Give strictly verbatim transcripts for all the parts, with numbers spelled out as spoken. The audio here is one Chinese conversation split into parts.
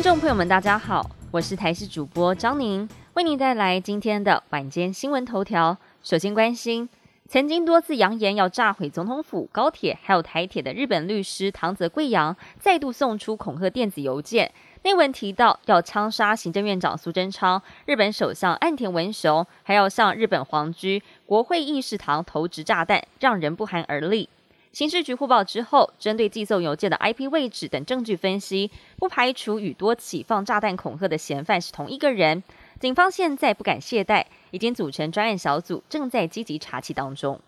听众朋友们，大家好，我是台视主播张宁，为您带来今天的晚间新闻头条。首先关心，曾经多次扬言要炸毁总统府、高铁还有台铁的日本律师唐泽贵洋，再度送出恐吓电子邮件。内文提到要枪杀行政院长苏贞昌、日本首相岸田文雄，还要向日本皇居、国会议事堂投掷炸弹，让人不寒而栗。刑事局获报之后，针对寄送邮件的 I P 位置等证据分析，不排除与多起放炸弹恐吓的嫌犯是同一个人。警方现在不敢懈怠，已经组成专案小组，正在积极查缉当中。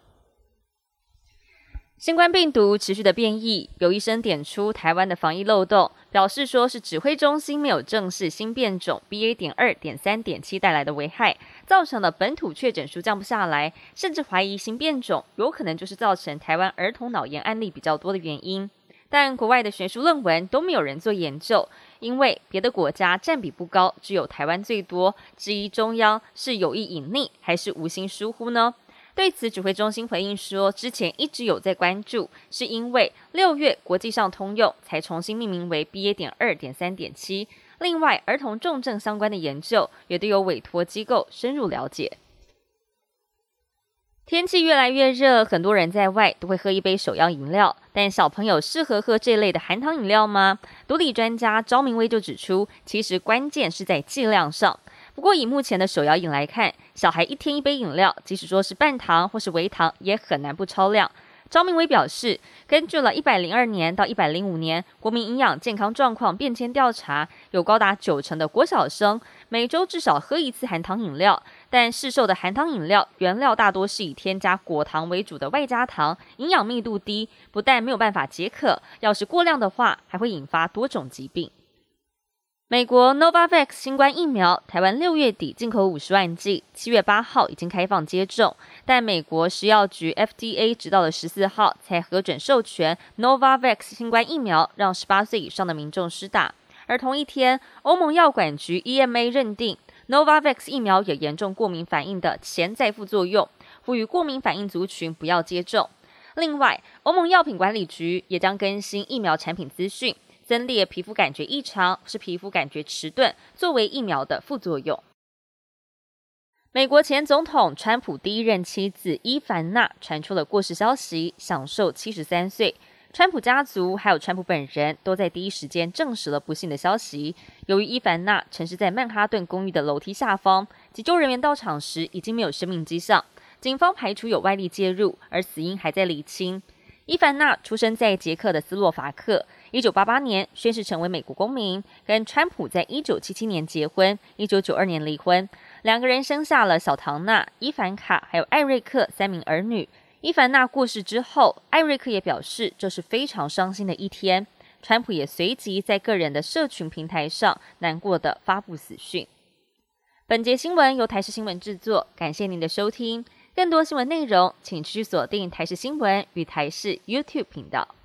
新冠病毒持续的变异，有医生点出台湾的防疫漏洞，表示说是指挥中心没有正视新变种 B A 点二点三点七带来的危害，造成了本土确诊数降不下来，甚至怀疑新变种有可能就是造成台湾儿童脑炎案例比较多的原因。但国外的学术论文都没有人做研究，因为别的国家占比不高，只有台湾最多。质疑中央是有意隐匿还是无心疏忽呢？对此，指挥中心回应说，之前一直有在关注，是因为六月国际上通用才重新命名为 B A 点二点三点七。另外，儿童重症相关的研究也都有委托机构深入了解。天气越来越热，很多人在外都会喝一杯手摇饮料，但小朋友适合喝这类的含糖饮料吗？毒理专家昭明威就指出，其实关键是在剂量上。不过以目前的手摇饮来看，小孩一天一杯饮料，即使说是半糖或是微糖，也很难不超量。昭明威表示，根据了一百零二年到一百零五年国民营养健康状况变迁调查，有高达九成的国小生每周至少喝一次含糖饮料，但市售的含糖饮料原料大多是以添加果糖为主的外加糖，营养密度低，不但没有办法解渴，要是过量的话，还会引发多种疾病。美国 Novavax 新冠疫苗，台湾六月底进口五十万剂，七月八号已经开放接种，但美国食药局 F D A 直到了十四号才核准授权 Novavax 新冠疫苗让十八岁以上的民众施打。而同一天，欧盟药管局 E M A 认定 Novavax 疫苗有严重过敏反应的潜在副作用，呼吁过敏反应族群不要接种。另外，欧盟药品管理局也将更新疫苗产品资讯，增列皮肤感觉异常或是皮肤感觉迟钝作为疫苗的副作用。美国前总统川普第一任妻子伊凡娜传出了过世消息，享受七十三岁。川普家族还有川普本人都在第一时间证实了不幸的消息。由于伊凡娜沉尸在曼哈顿公寓的楼梯下方，急救人员到场时已经没有生命迹象，警方排除有外力介入，而死因还在厘清。伊凡娜出生在捷克的斯洛伐克，一九八八年宣誓成为美国公民，跟川普在一九七七年结婚，一九九二年离婚，两个人生下了小唐娜、伊凡卡还有艾瑞克三名儿女。伊凡娜过世之后，艾瑞克也表示这是非常伤心的一天，川普也随即在个人的社群平台上难过的发布死讯。本节新闻由台视新闻制作，感谢您的收听。更多新闻内容，请持续锁定台视新闻与台视 YouTube 频道。